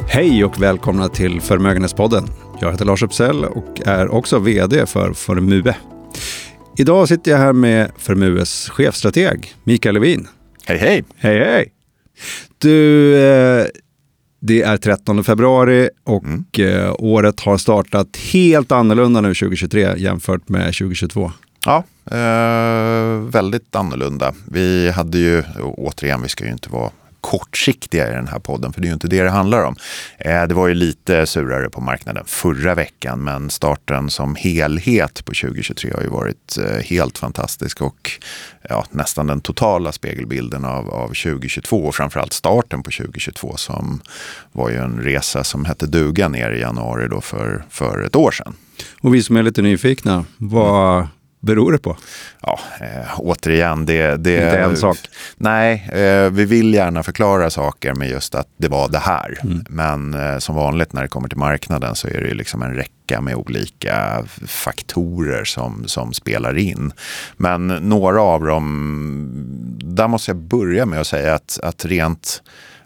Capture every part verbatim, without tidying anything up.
Hej och välkomna till Förmögenhetspodden. Jag heter Lars Uppsell och är också vd för Formue. Idag sitter jag här med Formues chefstrateg Mikael Levin. Hej hej! Hej hej! Du, eh, det är trettonde februari och mm. eh, året har startat helt annorlunda nu tjugohundratjugotre jämfört med tjugohundratjugotvå. Ja, eh, väldigt annorlunda. Vi hade ju, återigen, vi ska ju inte vara kortsiktiga i den här podden, för det är ju inte det det handlar om. Eh, det var ju lite surare på marknaden förra veckan, men starten som helhet på tjugohundratjugotre har ju varit eh, helt fantastisk och ja, nästan den totala spegelbilden av, av tjugohundratjugotvå och framförallt starten på tjugohundratjugotvå som var ju en resa som hette duga ner i januari då för, för ett år sedan. Och vi som är lite nyfikna, vad mm. beror det på? Ja, eh, återigen, det, det inte en sak. Nej, eh, vi vill gärna förklara saker med just att det var det här. Mm. Men eh, som vanligt när det kommer till marknaden så är det ju liksom en räcka med olika faktorer som, som spelar in. Men några av dem, där måste jag börja med att säga att, att rent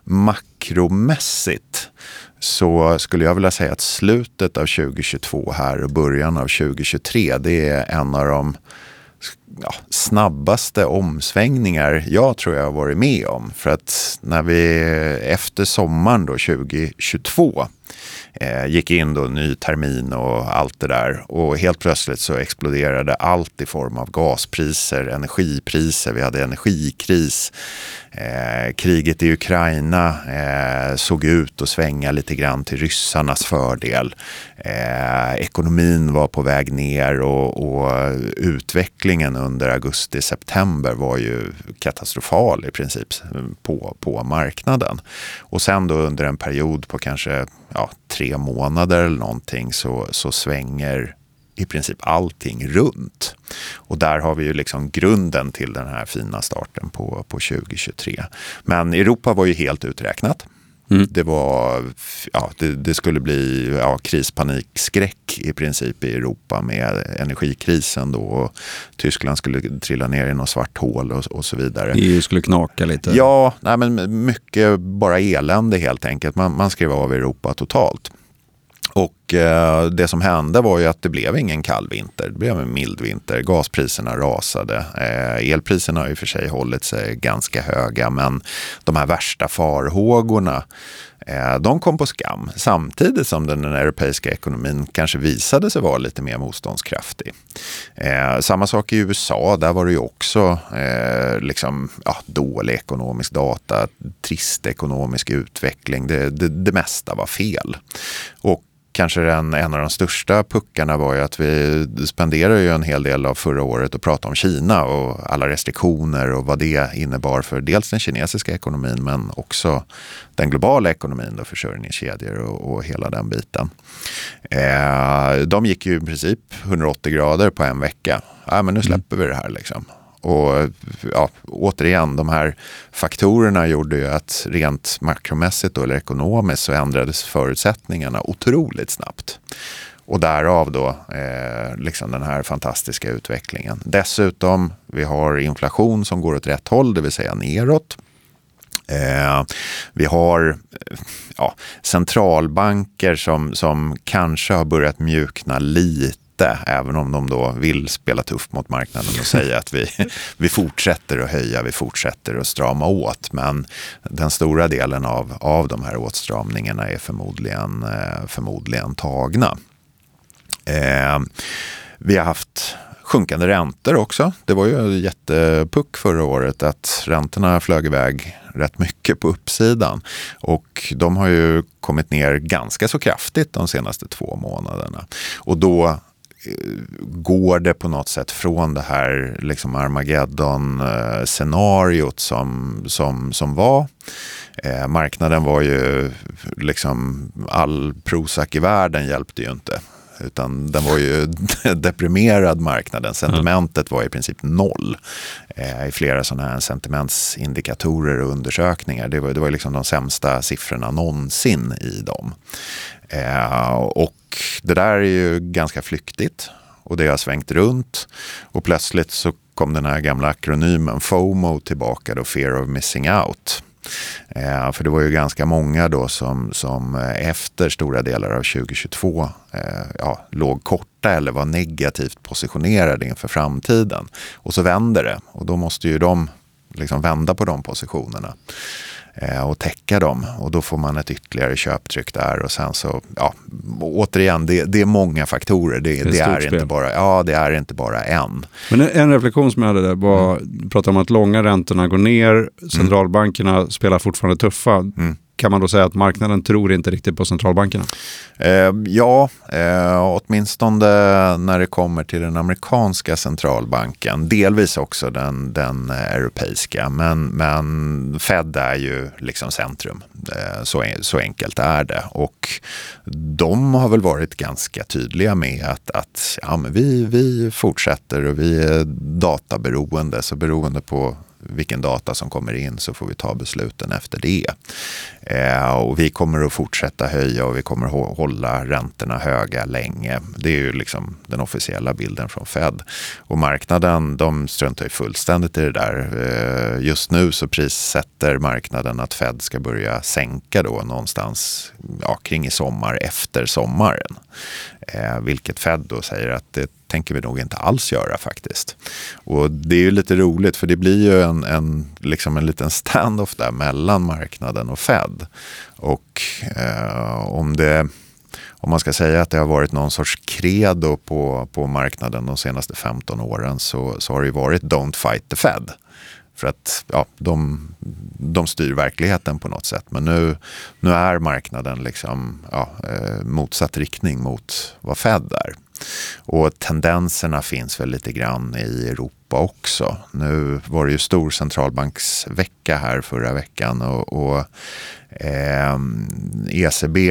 makromässigt så skulle jag vilja säga att slutet av tjugohundratjugotvå här och början av tjugohundratjugotre, det är en av de ja, snabbaste omsvängningar jag tror jag har varit med om. För att när vi efter sommaren då tjugohundratjugotvå eh, gick in då ny termin och allt det där, och helt plötsligt så exploderade allt i form av gaspriser, energipriser, vi hade energikris. Eh, kriget i Ukraina eh, såg ut att svänga lite grann till ryssarnas fördel. Eh, ekonomin var på väg ner och, och utvecklingen under augusti-september var ju katastrofal i princip på, på marknaden. Och sen då under en period på kanske ja, tre månader eller någonting så, så svänger i princip allting runt. Och där har vi ju liksom grunden till den här fina starten på, på tjugohundratjugotre. Men Europa var ju helt uträknat. Mm. Det var, ja, det, det skulle bli ja, krispanikskräck i princip i Europa med energikrisen då. Och Tyskland skulle trilla ner i något svart hål och, och så vidare. E U skulle knaka lite. Ja, nej, men mycket bara elände helt enkelt. Man, man skrev av Europa totalt. Och eh, det som hände var ju att det blev ingen kall vinter, det blev en mild vinter, gaspriserna rasade, eh, elpriserna har ju för sig hållit sig ganska höga, men de här värsta farhågorna, eh, de kom på skam samtidigt som den, den europeiska ekonomin kanske visade sig vara lite mer motståndskraftig. Eh, samma sak i U S A, där var det ju också eh, liksom, ja, dålig ekonomisk data, trist ekonomisk utveckling, det, det, det mesta var fel. Och kanske den, en av de största puckarna var ju att vi spenderade ju en hel del av förra året att prata om Kina och alla restriktioner och vad det innebar för dels den kinesiska ekonomin men också den globala ekonomin och försörjningskedjor och, och hela den biten. Eh, de gick ju i princip hundraåttio grader på en vecka. Ja, men nu släpper vi det här liksom. Och ja, återigen, de här faktorerna gjorde ju att rent makromässigt eller ekonomiskt så ändrades förutsättningarna otroligt snabbt. Och därav då eh, liksom den här fantastiska utvecklingen. Dessutom, vi har inflation som går åt rätt håll, det vill säga neråt. Eh, vi har ja, centralbanker som, som kanske har börjat mjukna lite, även om de då vill spela tufft mot marknaden och säga att vi, vi fortsätter att höja, vi fortsätter att strama åt. Men den stora delen av, av de här åtstramningarna är förmodligen, förmodligen tagna. Eh, vi har haft sjunkande räntor också. Det var ju en jättepuck förra året att räntorna flög iväg rätt mycket på uppsidan. Och de har ju kommit ner ganska så kraftigt de senaste två månaderna. Och då går det på något sätt från det här liksom Armageddon-scenariot som, som, som var. Eh, marknaden var ju liksom, all Prozac i världen hjälpte ju inte. Utan den var ju deprimerad marknaden. Sentimentet var i princip noll eh, i flera sådana här sentimentsindikatorer och undersökningar. Det var, det var liksom de sämsta siffrorna någonsin i dem. Eh, och det där är ju ganska flyktigt och det har svängt runt och plötsligt så kom den här gamla akronymen FOMO tillbaka då, Fear of Missing Out. Eh, för det var ju ganska många då som, som efter stora delar av tjugohundratjugotvå eh, ja, låg korta eller var negativt positionerade inför framtiden. Och så vänder det och då måste ju de liksom vända på de positionerna eh, och täcka dem. Och då får man ett ytterligare köptryck där och sen så, ja, återigen, det, det är många faktorer. Det, det, det, är är inte bara, ja, det är inte bara en. Men en reflektion som jag hade där var, mm. pratar om att långa räntorna går ner, centralbankerna mm. spelar fortfarande tuffa. Mm. Kan man då säga att marknaden tror inte riktigt på centralbankerna? Eh, ja, eh, åtminstone när det kommer till den amerikanska centralbanken. Delvis också den, den europeiska. Men, men Fed är ju liksom centrum. Eh, så, så enkelt är det. Och de har väl varit ganska tydliga med att, att ja, men vi, vi fortsätter och vi är databeroende. Så beroende på vilken data som kommer in så får vi ta besluten efter det. Eh, och vi kommer att fortsätta höja och vi kommer att hålla räntorna höga länge. Det är ju liksom den officiella bilden från Fed. Och marknaden, de struntar ju fullständigt i det där. Eh, just nu så prissätter marknaden att Fed ska börja sänka då någonstans ja, kring i sommar efter sommaren. Eh, vilket Fed då säger att det tänker vi nog inte alls göra faktiskt. Och det är ju lite roligt för det blir ju en, en, liksom en liten standoff där mellan marknaden och Fed. Och eh, om det om man ska säga att det har varit någon sorts credo på, på marknaden de senaste femton åren så, så har det ju varit don't fight the Fed. För att ja, de, de styr verkligheten på något sätt. Men nu, nu är marknaden liksom ja, eh, motsatt riktning mot vad Fed är. Och tendenserna finns väl lite grann i Europa också. Nu var det ju stor centralbanksvecka här förra veckan och, och eh, E C B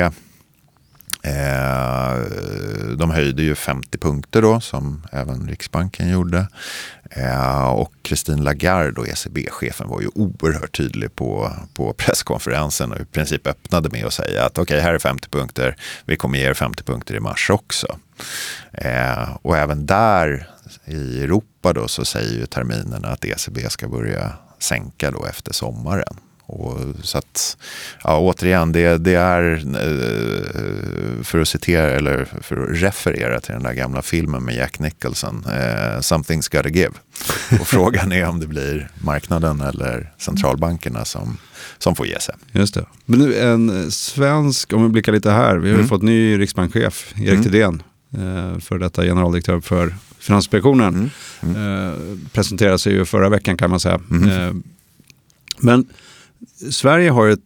eh, de höjde ju femtio punkter då som även Riksbanken gjorde. Eh, och Christine Lagarde och E C B-chefen var ju oerhört tydlig på, på presskonferensen och i princip öppnade med att säga att okej, okay, här är femtio punkter, vi kommer ge er femtio punkter i mars också. Eh, och även där i Europa då så säger ju terminerna att E C B ska börja sänka då efter sommaren. Och så att, ja, återigen, det, det är för att citera eller för att referera till den där gamla filmen med Jack Nicholson, eh, Something's gotta give. Och frågan är om det blir marknaden eller centralbankerna som, som får ge sig. Just det. Men nu en svensk, om vi blickar lite här, vi har ju mm. fått ny riksbankschef, Erik mm. Thedéen, eh, för detta generaldirektör för Finansinspektionen. Mm. Mm. Eh, presenterade sig ju förra veckan kan man säga. Mm. Eh, men Sverige har ett,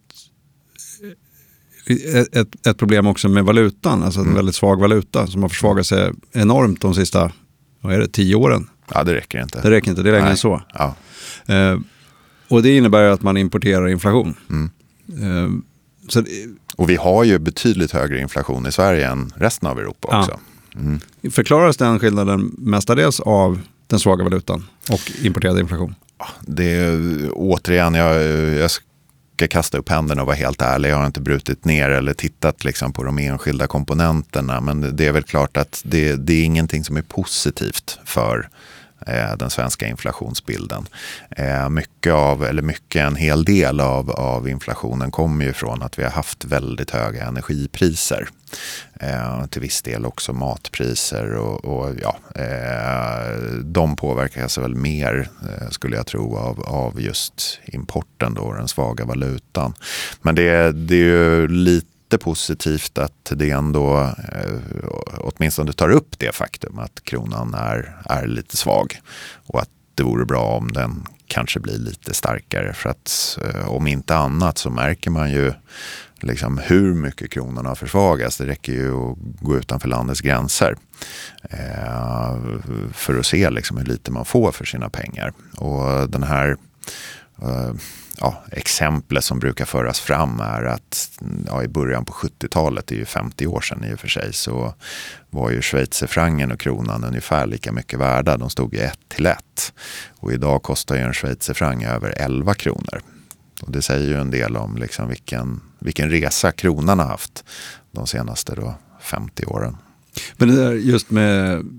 ett, ett problem också med valutan, alltså en mm. väldigt svag valuta som har försvagat sig enormt de sista, vad är det, tio åren. Ja, det räcker inte. Det räcker inte, det är längre än så. Ja. Eh, och det innebär att man importerar inflation. Mm. Eh, så det, och vi har ju betydligt högre inflation i Sverige än resten av Europa också. Ja. Mm. Förklaras den skillnaden mestadels av den svaga valutan och importerad inflation? Det är återigen, jag, jag ska kasta upp händerna och vara helt ärlig. Jag har inte brutit ner eller tittat liksom på de enskilda komponenterna. Men det är väl klart att det, det är ingenting som är positivt för eh, den svenska inflationsbilden. Eh, mycket av, eller mycket, en hel del av, av inflationen kommer ju från att vi har haft väldigt höga energipriser. Eh, till viss del också matpriser och, och ja, eh, de påverkas väl mer eh, skulle jag tro av, av just importen då, den svaga valutan. Men det, det är ju lite positivt att det ändå eh, åtminstone tar upp det faktum att kronan är, är lite svag och att det vore bra om den kanske blir lite starkare för att eh, om inte annat så märker man ju liksom hur mycket kronorna har försvagats. Det räcker ju att gå utanför landets gränser eh, för att se liksom hur lite man får för sina pengar. Och den här eh, ja, exemplet som brukar föras fram är att ja, i början på sjuttiotalet, det är ju femtio år sedan i och för sig, så var ju schweizerfrancen och kronan ungefär lika mycket värda. De stod ju ett till ett. Och idag kostar ju en schweizerfranc över elva kronor. Och det säger ju en del om liksom vilken, vilken resa kronan har haft de senaste då femtio åren. Men det där just med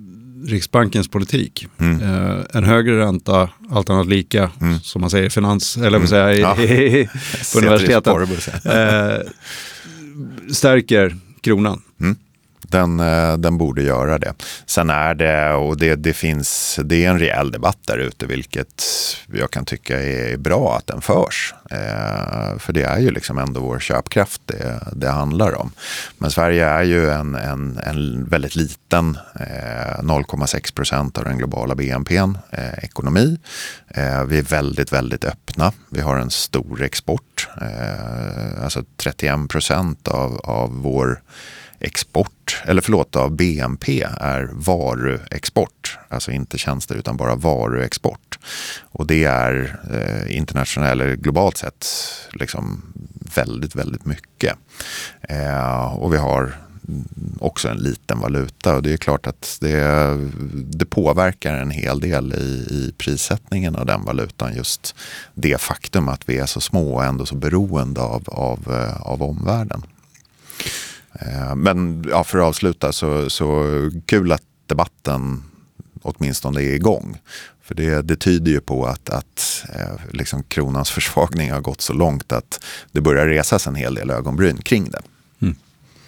Riksbankens politik. Mm. Eh, en högre ränta, allt annat lika, mm. som man säger i finans, eller mm. säga, ja. på universitetet, eh, stärker kronan. Mm. Den, den borde göra det. Sen är det, och det, det finns, det är en rejäl debatt där ute, vilket jag kan tycka är bra att den förs. Eh, för det är ju liksom ändå vår köpkraft det, det handlar om. Men Sverige är ju en, en, en väldigt liten, eh, noll komma sex procent av den globala B N P:n, eh, ekonomi. Eh, vi är väldigt, väldigt öppna. Vi har en stor export. Eh, alltså trettioen procent av, av vår export, eller förlåt, av B N P är varuexport, alltså inte tjänster utan bara varuexport. Och det är eh, internationellt eller globalt sett liksom väldigt, väldigt mycket. Eh, och vi har också en liten valuta, och det är klart att det, det påverkar en hel del i, i prissättningen av den valutan, just det faktum att vi är så små och ändå så beroende av, av, av omvärlden. Men ja, för att avsluta så, så kul att debatten åtminstone är igång. För det, det tyder ju på att, att eh, liksom kronans försvagning har gått så långt att det börjar resas en hel del ögonbryn kring det. Mm.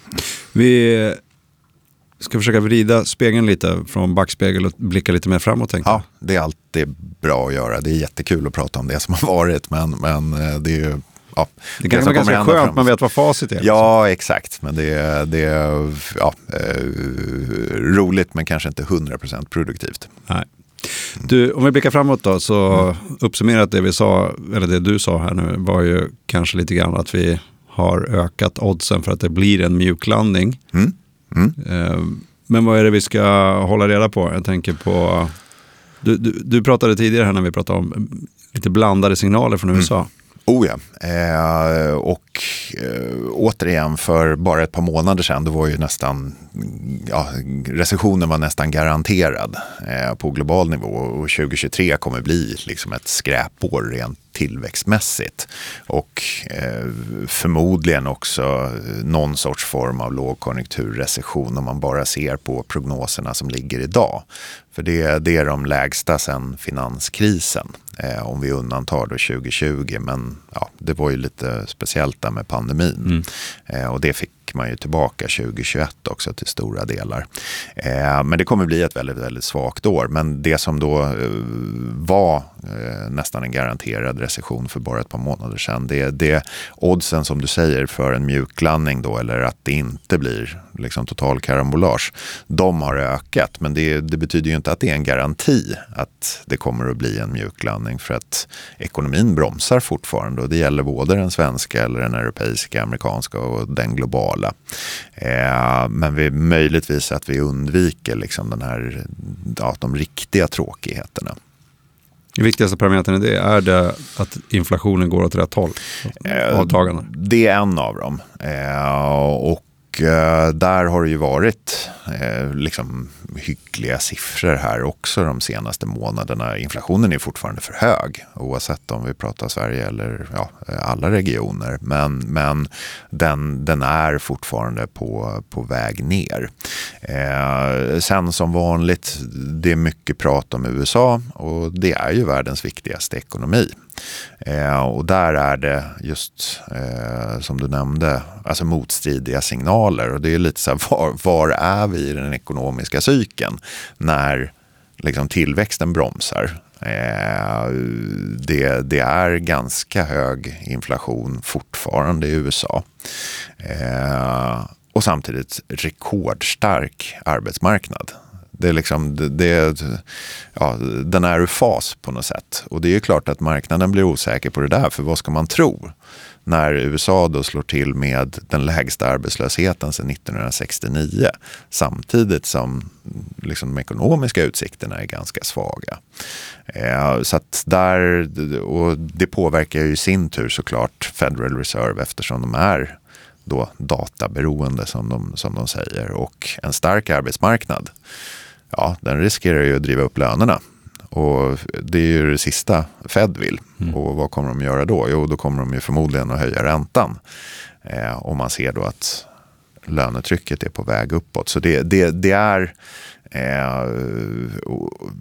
Vi ska försöka vrida spegeln lite från backspegel och blicka lite mer framåt. Tänkte ja, det är alltid bra att göra. Det är jättekul att prata om det som har varit, men, men det är ju... Ja, det kan vara ganska skönt, fram. Man vet vad facit är. Ja, exakt. Men det är, det är ja, eh, roligt, men kanske inte hundra procent produktivt. Nej. Du, om vi blickar framåt då, så mm. uppsummerat det vi sa, eller det du sa här nu, var ju kanske lite grann att vi har ökat oddsen för att det blir en mjuklandning. Mm. Mm. Eh, men vad är det vi ska hålla reda på? Jag tänker på... Du, du, du pratade tidigare här när vi pratade om lite blandade signaler från U S A. Mm. Oh ja, eh, och eh, återigen för bara ett par månader sedan, då var ju nästan, ja, recessionen var nästan garanterad eh, på global nivå, och tjugohundratjugotre kommer bli liksom ett skräpår rent tillväxtmässigt, och eh, förmodligen också någon sorts form av lågkonjunkturrecession om man bara ser på prognoserna som ligger idag. För det, det är de lägsta sedan finanskrisen, eh, om vi undantar då tjugohundratjugo, men ja, det var ju lite speciellt där med pandemin. Mm. Eh, och det fick man ju tillbaka tjugohundratjugoett också till stora delar. Eh, men det kommer bli ett väldigt, väldigt svagt år. Men det som då eh, var eh, nästan en garanterad recession för bara ett par månader sedan, det, det oddsen som du säger för en mjuklandning då, eller att det inte blir liksom total karambolage, de har ökat. Men det, det betyder ju inte att det är en garanti att det kommer att bli en mjuklandning, för att ekonomin bromsar fortfarande, och det gäller både den svenska eller den europeiska, amerikanska och den globala. Eh, men vi möjligtvis att vi undviker liksom den här, ja, de riktiga tråkigheterna. Den viktigaste parametern i det är det att inflationen går åt rätt håll. Eh, det är en av dem. Eh, och där har det ju varit eh, liksom hyggliga siffror här också de senaste månaderna. Inflationen är fortfarande för hög, oavsett om vi pratar Sverige eller ja, alla regioner. Men, men den, den är fortfarande på, på väg ner. Eh, sen som vanligt, det är mycket prat om U S A, och det är ju världens viktigaste ekonomi. Eh, och där är det just eh, som du nämnde, alltså motstridiga signaler, och det är lite så här, var, var är vi i den ekonomiska cykeln när liksom tillväxten bromsar? Eh, det, det är ganska hög inflation fortfarande i U S A, eh, och samtidigt rekordstark arbetsmarknad. Det är liksom, det, det, ja, den är ur fas på något sätt. Och det är ju klart att marknaden blir osäker på det där. För vad ska man tro när U S A då slår till med den lägsta arbetslösheten sedan nittonhundrasextionio, samtidigt som liksom de ekonomiska utsikterna är ganska svaga. Eh, så att där, och det påverkar ju i sin tur såklart Federal Reserve, eftersom de är då databeroende som de, som de säger. Och en stark arbetsmarknad, ja, den riskerar ju att driva upp lönerna. Och det är ju det sista Fed vill. Mm. Och vad kommer de göra då? Jo, då kommer de ju förmodligen att höja räntan. Eh, och man ser då att lönetrycket är på väg uppåt. Så det, det, det är eh, och,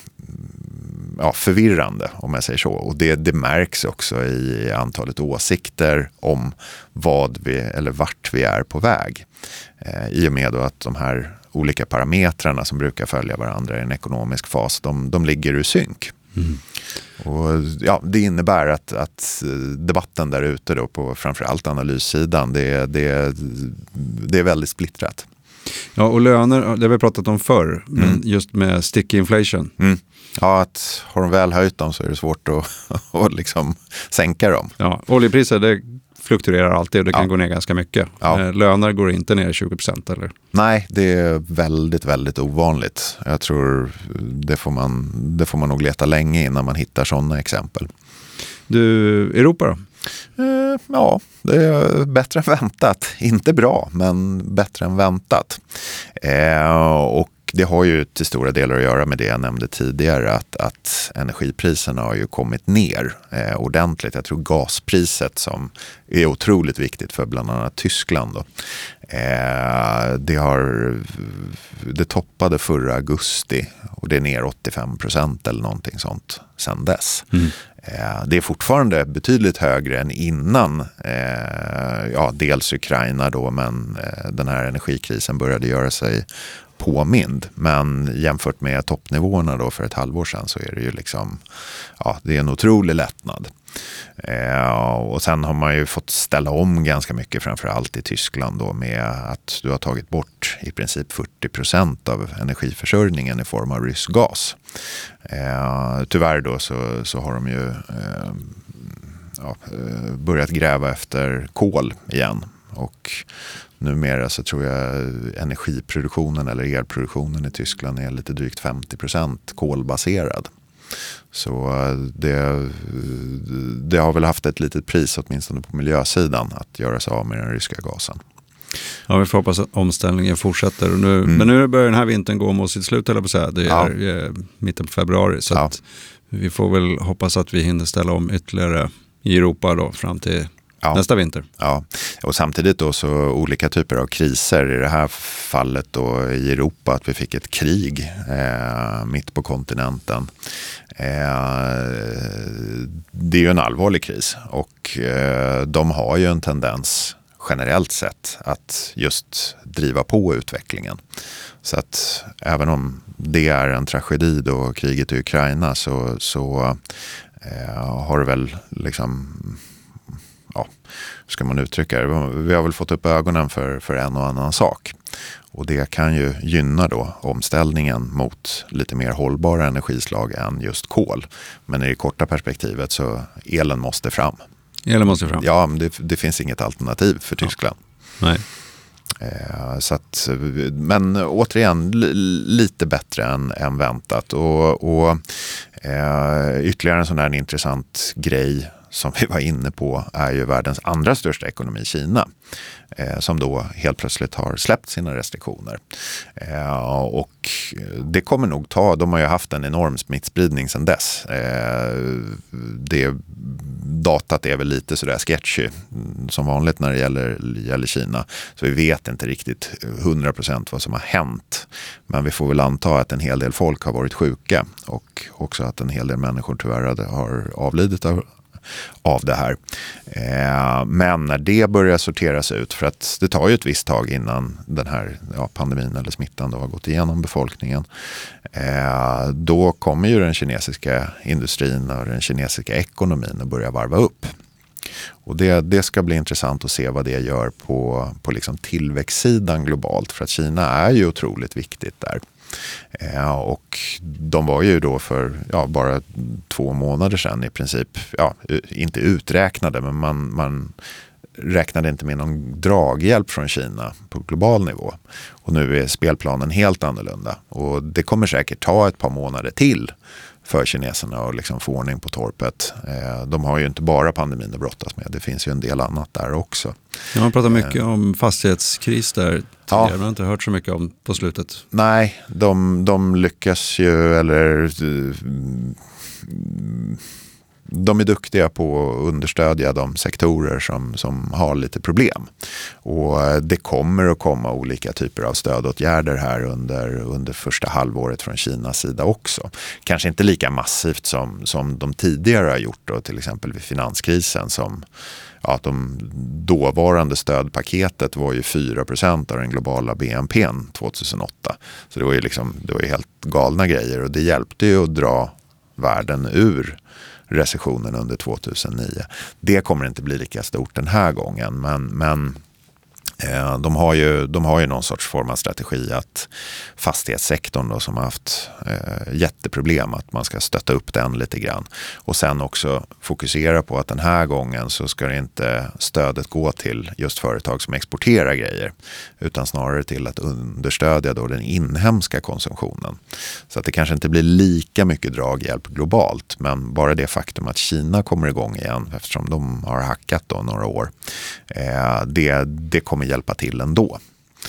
ja, förvirrande om jag säger så. Och det, det märks också i antalet åsikter om vad vi, eller vart vi är på väg. Eh, I och med då att de här olika parametrarna som brukar följa varandra i en ekonomisk fas, de, de ligger ur synk. Mm. Och ja, det innebär att, att debatten där ute då på framförallt analyssidan, det, det, det är väldigt splittrat. Ja, och löner, det har vi pratat om förr, men mm. just med sticky inflation. Mm. Ja, att har de väl höjt dem så är det svårt att, att liksom sänka dem. Ja, oljepriser, det fluktuerar alltid och det kan ja. gå ner ganska mycket. Ja. Löner går inte ner tjugo procent eller? Nej, det är väldigt, väldigt ovanligt. Jag tror det får man, det får man nog leta länge innan man hittar sådana exempel. Du, Europa då? Eh, ja, det är bättre än väntat. Inte bra, men bättre än väntat. Eh, och det har ju till stora delar att göra med det jag nämnde tidigare, att, att energipriserna har ju kommit ner eh, ordentligt. Jag tror gaspriset som är otroligt viktigt för bland annat Tyskland då. Eh, det, har, det toppade förra augusti och det är ner åttiofem procent eller någonting sånt sedan dess. Mm. Eh, det är fortfarande betydligt högre än innan, eh, ja, dels Ukraina då, men eh, den här energikrisen började göra sig påmind, men jämfört med toppnivåerna då för ett halvår sedan så är det ju liksom, ja, det är en otrolig lättnad. Eh, och sen har man ju fått ställa om ganska mycket, framförallt i Tyskland då, med att du har tagit bort i princip fyrtio procent av energiförsörjningen i form av rysk gas. Eh, tyvärr då så, så har de ju eh, ja, börjat gräva efter kol igen, och numera så tror jag energiproduktionen eller elproduktionen i Tyskland är lite drygt femtio procent kolbaserad. Så det, det har väl haft ett litet pris åtminstone på miljösidan att göra sig av med den ryska gasen. Ja, vi får hoppas att omställningen fortsätter. Och nu, mm. Men nu börjar den här vintern gå mot sitt slut, eller på så här. Det är ja. mitten på februari, så ja. att vi får väl hoppas att vi hinner ställa om ytterligare i Europa då fram till ja. nästa vinter. Ja, och samtidigt då så olika typer av kriser, i det här fallet då i Europa, att vi fick ett krig eh, mitt på kontinenten. Eh, det är ju en allvarlig kris, och eh, de har ju en tendens generellt sett att just driva på utvecklingen. Så att även om det är en tragedi då, kriget i Ukraina, så, så eh, har det väl liksom, ja, hur ska man uttrycka det? Vi har väl fått upp ögonen för, för en och annan sak. Och det kan ju gynna då omställningen mot lite mer hållbara energislag än just kol. Men i det korta perspektivet så elen måste fram. Elen måste fram? Ja, men det, det finns inget alternativ för Tyskland. Ja. Nej. Eh, så att, men återigen l- lite bättre än, än väntat. Och, och eh, ytterligare en sån här intressant grej som vi var inne på är ju världens andra största ekonomi, Kina, eh, som då helt plötsligt har släppt sina restriktioner. Eh, och det kommer nog ta, de har ju haft en enorm smittspridning sedan dess. Eh, det datat är väl lite sådär sketchy som vanligt när det gäller, gäller Kina. Så vi vet inte riktigt hundra procent vad som har hänt. Men vi får väl anta att en hel del folk har varit sjuka, och också att en hel del människor tyvärr har avlidit av av det här. Eh, men när det börjar sorteras ut, för att det tar ju ett visst tag innan den här ja, pandemin eller smittan då har gått igenom befolkningen, eh, då kommer ju den kinesiska industrin och den kinesiska ekonomin att börja varva upp. Och det, det ska bli intressant att se vad det gör på, på liksom tillväxtsidan globalt, för att Kina är ju otroligt viktigt där. Eh, och de var ju då för ja, bara två månader sedan i princip, ja, inte uträknade, men man, man räknade inte med någon draghjälp från Kina på global nivå. Och nu är spelplanen helt annorlunda, och det kommer säkert ta ett par månader till för kineserna att liksom få ordning på torpet. Eh, de har ju inte bara pandemin att brottas med, det finns ju en del annat där också. Ja, man pratar mycket eh. om fastighetskris där tidigare, ja. Man har inte hört så mycket om på slutet. Nej, de, de lyckas ju, eller de är duktiga på att understödja de sektorer som, som har lite problem. Och det kommer att komma olika typer av stödåtgärder här under, under första halvåret från Kinas sida också. Kanske inte lika massivt som, som de tidigare har gjort då, till exempel vid finanskrisen som ja, att de dåvarande stödpaketet var ju fyra procent av den globala B N P:n tjugohundraåtta. Så det var ju liksom, det var ju helt galna grejer och det hjälpte ju att dra världen ur recessionen under tjugohundranio. Det kommer inte bli lika stort den här gången, men, men eh, de, har ju, de har ju någon sorts form av strategi att fastighetssektorn då, som har haft eh, jätteproblem, att man ska stötta upp den lite grann. Och sen också fokusera på att den här gången så ska det inte stödet gå till just företag som exporterar grejer, utan snarare till att understödja då den inhemska konsumtionen. Så att det kanske inte blir lika mycket draghjälp globalt, men bara det faktum att Kina kommer igång igen eftersom de har hackat då några år, eh, det, det kommer hjälpa till ändå.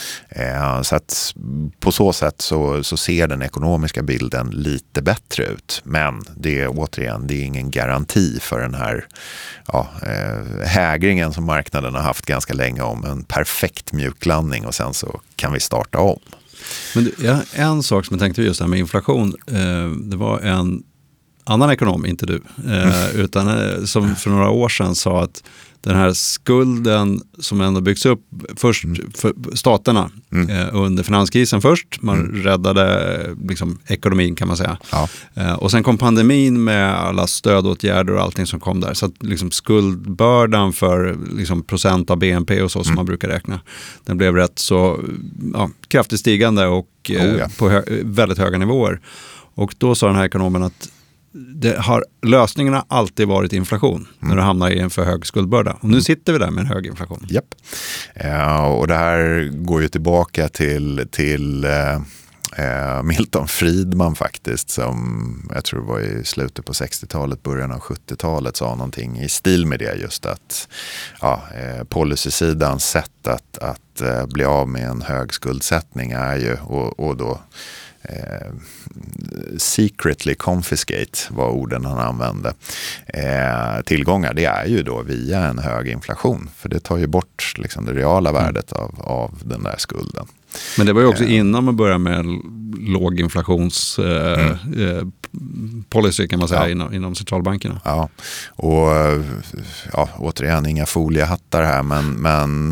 Eh, så att på så sätt så, så ser den ekonomiska bilden lite bättre ut, men det är återigen, det är ingen garanti för den här ja, eh, hägringen som marknaden har haft ganska länge om en perfekt mjuklandning och sen så kan vi starta om. Men du, ja, en sak som jag tänkte just här med inflation, eh, det var en annan ekonom, inte du, eh, utan eh, som för några år sedan sa att den här skulden som ändå byggs upp först för staterna mm. eh, under finanskrisen först. Man mm. räddade liksom, ekonomin kan man säga. Ja. Eh, och sen kom pandemin med alla stödåtgärder och allting som kom där. Så att liksom, skuldbördan för liksom, procent av B N P och så som mm. man brukar räkna, den blev rätt så ja, kraftigt stigande och eh, oh, ja. på hö- väldigt höga nivåer. Och då sa den här ekonomen att det har, lösningen har alltid varit inflation mm. när du hamnar i en för hög skuldbörda. Och nu mm. sitter vi där med en hög inflation. Japp. Ja, och det här går ju tillbaka till, till eh, Milton Friedman faktiskt, som jag tror var i slutet på sextiotalet, början av sjuttiotalet, sa någonting i stil med det, just att ja, eh, policysidans sätt att, att eh, bli av med en hög skuldsättning är ju, och, och då Eh, secretly confiscate var orden han använde. Eh, tillgångar, det är ju då via en hög inflation, för det tar ju bort liksom det reala värdet av, av den där skulden. Men det var ju också eh. innan man började med låginflations eh, mm. eh, policy kan man säga ja. inom, inom centralbankerna. Ja, och ja, återigen inga foliehattar här, men, men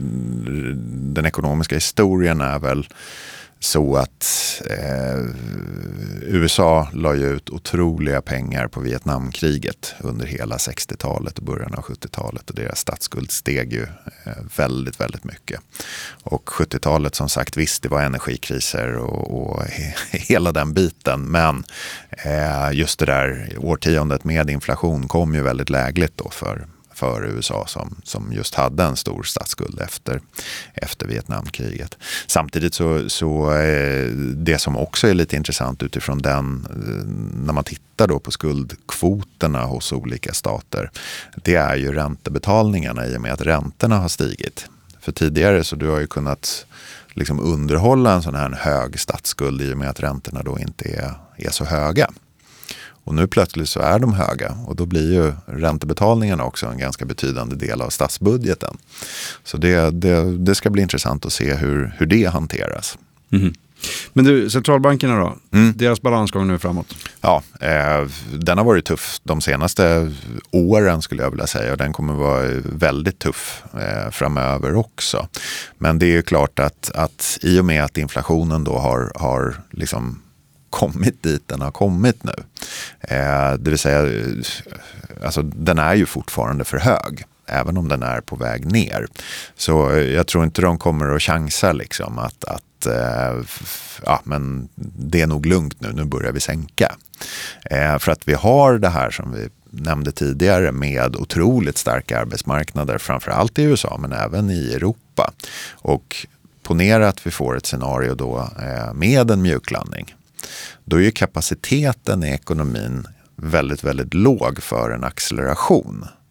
den ekonomiska historien är väl så att eh, U S A la ju ut otroliga pengar på Vietnamkriget under hela sextiotalet och början av sjuttiotalet, och deras statsskuld steg ju eh, väldigt, väldigt mycket. Och sjuttiotalet som sagt, visst det var energikriser och, och he, hela den biten, men eh, just det där årtiondet med inflation kom ju väldigt lägligt då för för U S A som, som just hade en stor statsskuld efter, efter Vietnamkriget. Samtidigt så, så eh, det som också är lite intressant utifrån den, när man tittar då på skuldkvoterna hos olika stater, det är ju räntebetalningarna i och med att räntorna har stigit. För tidigare så du har ju kunnat liksom underhålla en sån här hög statsskuld i och med att räntorna då inte är, är så höga. Och nu plötsligt så är de höga, och då blir ju räntebetalningarna också en ganska betydande del av statsbudgeten. Så det, det, det ska bli intressant att se hur, hur det hanteras. Mm. Men du, centralbankerna då? Mm. Deras balansgång nu framåt? Ja, eh, den har varit tuff de senaste åren skulle jag vilja säga, och den kommer vara väldigt tuff eh, framöver också. Men det är ju klart att, att i och med att inflationen då har, har liksom kommit dit den har kommit nu. Eh, det vill säga, alltså, den är ju fortfarande för hög, även om den är på väg ner. Så eh, jag tror inte de kommer att chansa liksom att, att eh, f- ja, men det är nog lugnt nu, nu börjar vi sänka. Eh, för att vi har det här som vi nämnde tidigare med otroligt starka arbetsmarknader, framförallt i U S A men även i Europa. Och ponera att vi får ett scenario då eh, med en mjuklandning. Då är ju kapaciteten i ekonomin väldigt, väldigt låg för en acceleration.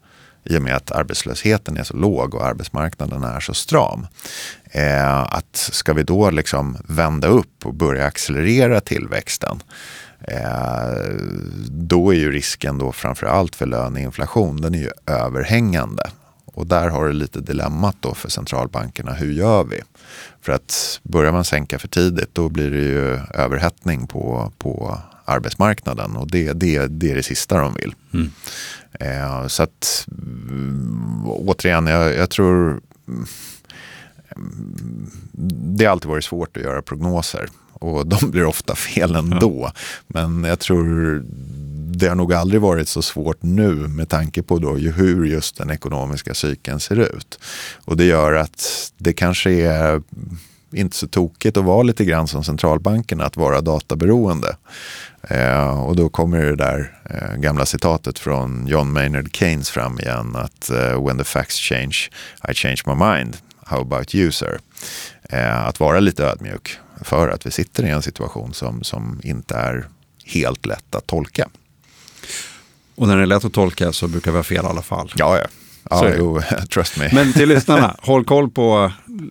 i och med att arbetslösheten är så låg och arbetsmarknaden är så stram. Eh, att ska vi då liksom vända upp och börja accelerera tillväxten, eh, då är ju risken då framförallt för löneinflation, den är ju överhängande. Och där har det lite dilemmat då för centralbankerna, hur gör vi? För att börjar man sänka för tidigt, då blir det ju överhettning på, på arbetsmarknaden, och det, det, det är det sista de vill. Mm. Eh, så att återigen, jag, jag tror det har alltid varit svårt att göra prognoser, och de blir ofta fel ändå. Ja. Men jag tror det har nog aldrig varit så svårt nu med tanke på då hur just den ekonomiska cykeln ser ut. Och det gör att det kanske är inte så tokigt att vara lite grann som centralbankerna, att vara databeroende. Eh, och då kommer det där eh, gamla citatet från John Maynard Keynes fram igen, att uh, when the facts change, I change my mind. How about you, sir? Eh, att vara lite ödmjuk för att vi sitter i en situation som, som inte är helt lätt att tolka. Och när det är lätt att tolka så brukar vi ha fel i alla fall. Ja, ja. Ja, jo, trust me. Men till lyssnarna, håll koll på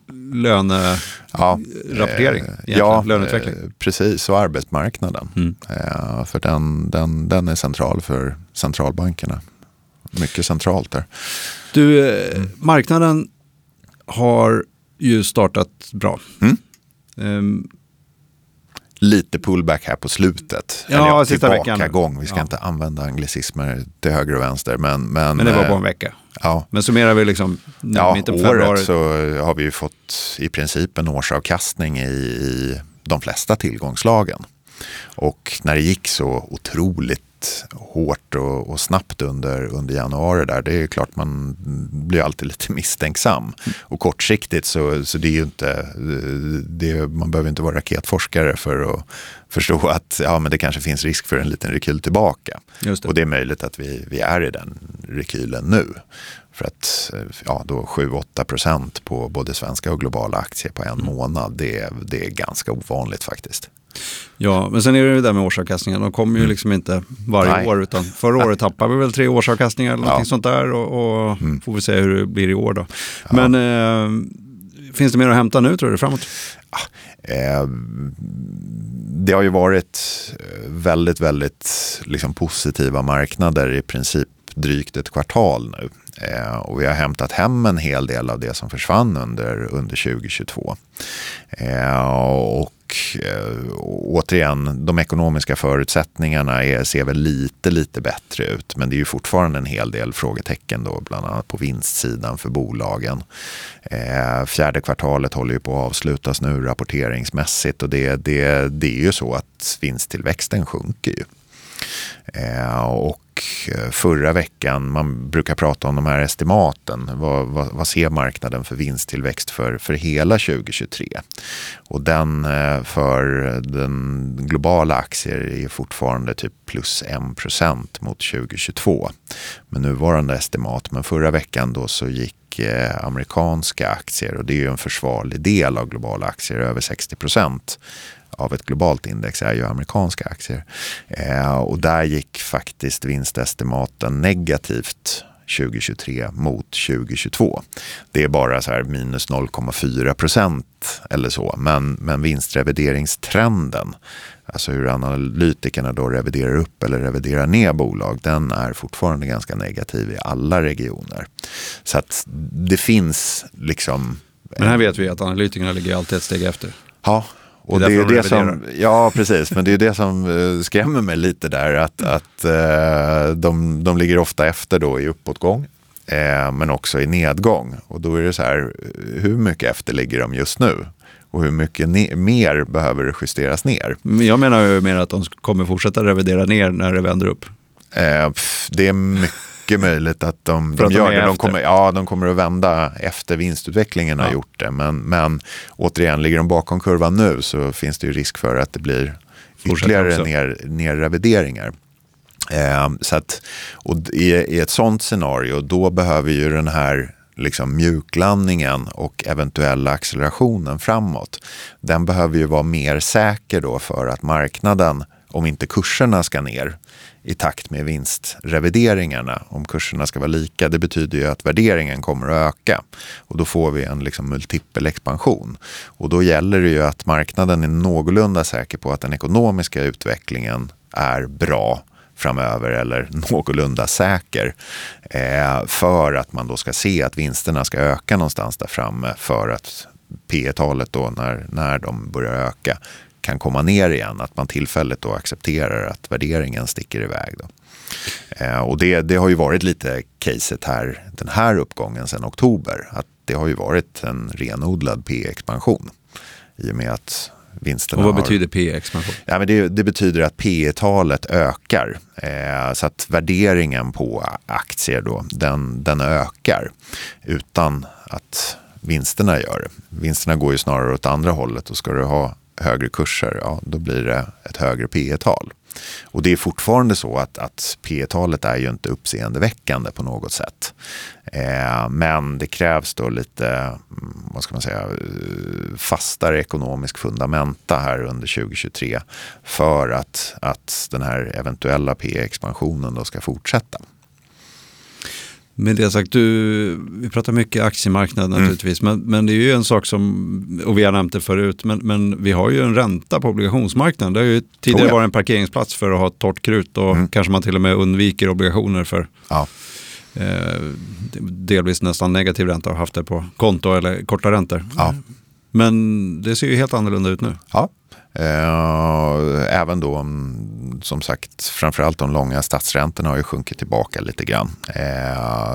lönerapportering, ja, eh, ja, löneutveckling. Eh, precis, och arbetsmarknaden. Mm. Eh, för den, den, den är central för centralbankerna. Mycket centralt där. Du, eh, mm. marknaden har ju startat bra. Mm. Um, Lite pullback här på slutet. Ja, Eller ja, sista tillbaka veckan. gång. Vi ska ja. inte använda anglicismer till höger och vänster. Men, men, men det var på en vecka. Ja. Men summerar vi liksom ja, mitten på februari. Året så har vi ju fått i princip en årsavkastning i, i de flesta tillgångslagen. Och när det gick så otroligt hårt och, och snabbt under, under januari där, det är klart man blir alltid lite misstänksam. Och kortsiktigt så, så det är ju inte, det, man behöver inte vara raketforskare för att förstå att ja, men det kanske finns risk för en liten rekyl tillbaka. Just det. Och det är möjligt att vi, vi är i den rekylen nu. För att ja, då sju till åtta procent på både svenska och globala aktier på en mm. månad, det, det är ganska ovanligt faktiskt. Ja, men sen är det ju där med årsavkastningar. De kommer ju liksom inte varje Nej. år, utan förra året tappade vi väl tre årsavkastningar eller ja. någonting sånt där, och, och mm. får vi se hur det blir i år då. Ja. Men eh, finns det mer att hämta nu, tror du, framåt? Ja, eh, det har ju varit väldigt, väldigt liksom positiva marknader i princip drygt ett kvartal nu. Eh, och vi har hämtat hem en hel del av det som försvann under, under tjugohundratjugotvå. Eh, och eh, återigen, de ekonomiska förutsättningarna är, ser väl lite, lite bättre ut. Men det är ju fortfarande en hel del frågetecken då, bland annat på vinstsidan för bolagen. Eh, fjärde kvartalet håller ju på att avslutas nu rapporteringsmässigt, och det, det, det är ju så att vinsttillväxten sjunker ju. Eh, och förra veckan, man brukar prata om de här estimaten, vad, vad, vad ser marknaden för vinsttillväxt för, för hela tjugohundratjugotre? Och den för den globala aktier är fortfarande typ plus en procent mot tjugohundratjugotvå med nuvarande estimat. Men förra veckan då så gick eh, amerikanska aktier, och det är ju en försvarlig del av globala aktier, över sextio procent av ett globalt index är ju amerikanska aktier. Eh, och där gick faktiskt vinstestimaten negativt tjugohundratjugotre mot tjugohundratjugotvå. Det är bara så här minus noll komma fyra procent eller så. Men, men vinstrevideringstrenden, alltså hur analytikerna då reviderar upp eller reviderar ner bolag, den är fortfarande ganska negativ i alla regioner. Så att det finns liksom... Men här vet vi att analytikerna ligger alltid ett steg efter. Ja. Och det är, det är det som, ja precis, men det är det som skrämmer mig lite där, att, att de, de ligger ofta efter då i uppåtgång, men också i nedgång. Och då är det så här, hur mycket efter ligger de just nu? Och hur mycket ne- mer behöver det justeras ner? Jag menar ju mer att de kommer fortsätta revidera ner när det vänder upp. Det är mycket möjligt att de, de gör de det. De kommer, ja, de kommer att vända efter vinstutvecklingen har ja. gjort det. Men, men återigen, ligger de bakom kurvan nu så finns det ju risk för att det blir ytterligare ner, nerrevideringar. Eh, så att, och i, i ett sånt scenario, då behöver ju den här liksom mjuklandningen och eventuella accelerationen framåt, den behöver ju vara mer säker då, för att marknaden om inte kurserna ska ner i takt med vinstrevideringarna, om kurserna ska vara lika, det betyder ju att värderingen kommer att öka och då får vi en liksom multipelexpansion. Och då gäller det ju att marknaden är någorlunda säker på att den ekonomiska utvecklingen är bra framöver eller någorlunda säker eh, för att man då ska se att vinsterna ska öka någonstans där framme för att P E-talet då när, när de börjar öka kan komma ner igen, att man tillfälligt då accepterar att värderingen sticker iväg då. Eh, och det, det har ju varit lite caset här, den här uppgången sedan oktober, att det har ju varit en renodlad P E-expansion i och med att vinsterna och vad har... betyder P E-expansion? Ja, men det, det betyder att P E-talet ökar eh, så att värderingen på aktier då, den, den ökar utan att vinsterna gör det. Vinsterna går ju snarare åt andra hållet och ska du ha högre kurser, ja, då blir det ett högre P E-tal. Och det är fortfarande så att, att P E-talet är ju inte uppseendeväckande på något sätt. Eh, men det krävs då lite, vad ska man säga, fastare ekonomisk fundamenta här under tjugo tjugotre för att, att den här eventuella P E-expansionen då ska fortsätta. Med det sagt, du, vi pratar mycket aktiemarknad naturligtvis, mm. men, men det är ju en sak som, och vi har nämnt det förut, men, men vi har ju en ränta på obligationsmarknaden. Det har ju tidigare oh ja. varit en parkeringsplats för att ha torrt krut och mm. kanske man till och med undviker obligationer för ja. eh, delvis nästan negativ ränta och haft det på konto eller korta räntor. Ja. Men det ser ju helt annorlunda ut nu. Ja. Eh, även då som sagt framförallt de långa statsräntorna har ju sjunkit tillbaka lite grann. Eh,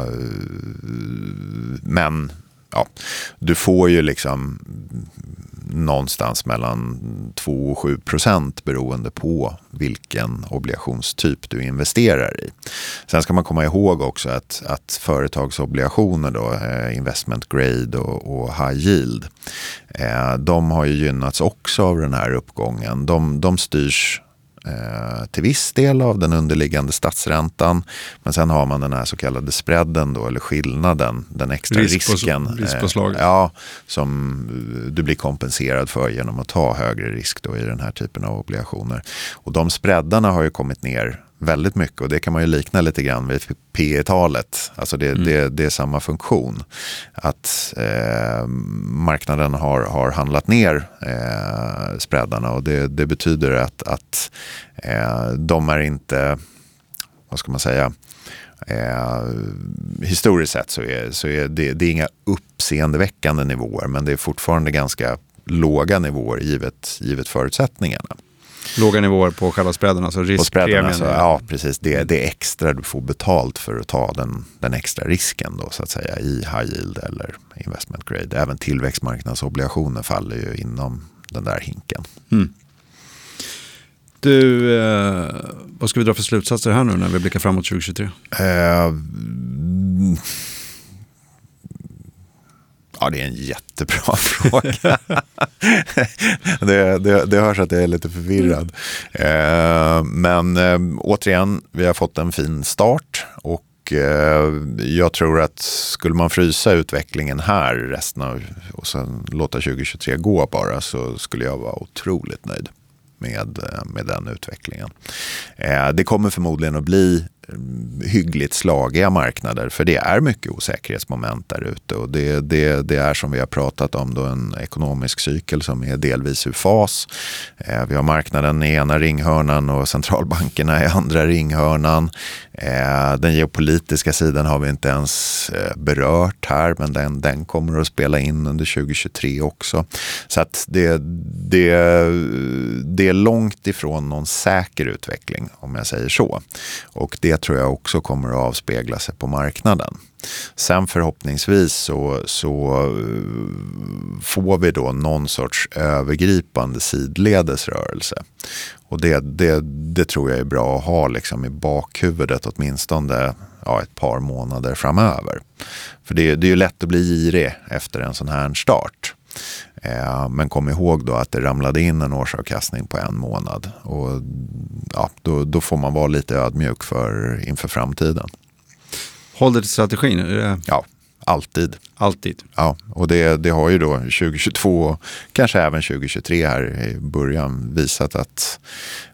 men ja, du får ju liksom någonstans mellan två och sju procent beroende på vilken obligationstyp du investerar i. Sen ska man komma ihåg också att, att företagsobligationer då, eh, investment grade och, och high yield, eh, de har ju gynnats också av den här uppgången. De, de styrs eh, till viss del av den underliggande statsräntan, men sen har man den här så kallade spreaden då, eller skillnaden, den extra Risk på, risken riskpåslaget. Eh, ja, som du blir kompenserad för genom att ta högre risk då i den här typen av obligationer. Och de spreadarna har ju kommit ner väldigt mycket och det kan man ju likna lite grann vid P E-talet. Alltså det, mm. det, det är samma funktion. Att eh, marknaden har, har handlat ner eh, spreadarna och det, det betyder att, att eh, de är inte, vad ska man säga, Eh, historiskt sett så är, så är det, det är inga uppseendeväckande nivåer, men det är fortfarande ganska låga nivåer givet, givet förutsättningarna. Låga nivåer på själva spreaden, alltså riskpremien. Alltså, ja, precis. Det, det är extra du får betalt för att ta den, den extra risken då, så att säga, i high yield eller investment grade. Även tillväxtmarknadsobligationer faller ju inom den där hinken. Mm. Du, eh, vad ska vi dra för slutsatser här nu när vi blickar framåt tjugo tjugotre? Eh, ja, det är en jättebra fråga. det, det, det hörs att jag är lite förvirrad. Eh, men eh, återigen, vi har fått en fin start och eh, jag tror att skulle man frysa utvecklingen här resten av och sen låta tjugo tjugotre gå bara, så skulle jag vara otroligt nöjd med, med den utvecklingen. Eh, det kommer förmodligen att bli hyggligt slagiga marknader, för det är mycket osäkerhetsmoment där ute och det, det, det är som vi har pratat om då en ekonomisk cykel som är delvis ur fas. Eh, vi har marknaden i ena ringhörnan och centralbankerna i andra ringhörnan. Eh, den geopolitiska sidan har vi inte ens eh, berört här, men den, den kommer att spela in under tjugo tjugotre också. Så att det, det, det är långt ifrån någon säker utveckling, om jag säger så. Och det tror jag också kommer att avspegla sig på marknaden. Sen förhoppningsvis så, så får vi då någon sorts övergripande sidledesrörelse. Och det, det, det tror jag är bra att ha liksom i bakhuvudet åtminstone ja, ett par månader framöver. För det, det är ju lätt att bli girig efter en sån här start. Eh, men kom ihåg då att det ramlade in en årsavkastning på en månad. Och ja, då, då får man vara lite ödmjuk för, inför framtiden. Håll det till strategin? Är det... Ja, alltid. Alltid? Ja, och det, det har ju då tjugo tjugotvå och kanske även tjugo tjugotre här i början visat att,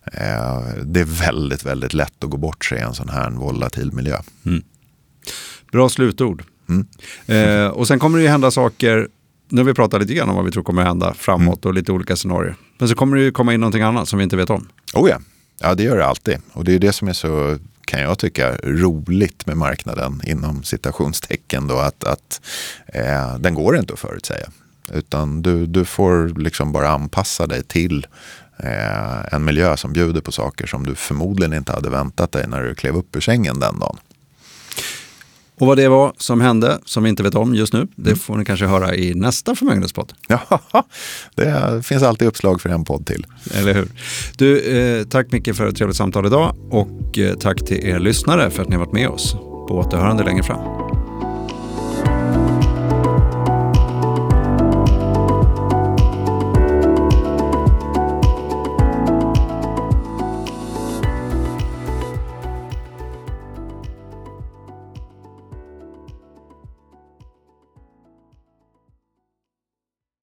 eh, det är väldigt, väldigt lätt att gå bort sig i en sån här volatil miljö. Mm. Bra slutord. Mm. Eh, och sen kommer det ju hända saker, nu har vi pratat lite grann om vad vi tror kommer hända framåt och lite olika scenarier. Men så kommer det ju komma in någonting annat som vi inte vet om. Oh ja, ja det gör det alltid. Och det är det som är så, kan jag tycka, roligt med marknaden inom citationstecken då, att, att eh, den går inte att förutsäga. Utan du, du får liksom bara anpassa dig till eh, en miljö som bjuder på saker som du förmodligen inte hade väntat dig när du klev upp ur sängen den dagen. Och vad det var som hände, som vi inte vet om just nu, det får ni kanske höra i nästa förmögenhetspodd. Ja, det finns alltid uppslag för en podd till. Eller hur? Du, eh, tack mycket för ett trevligt samtal idag och eh, tack till er lyssnare för att ni har varit med oss på återhörande längre fram.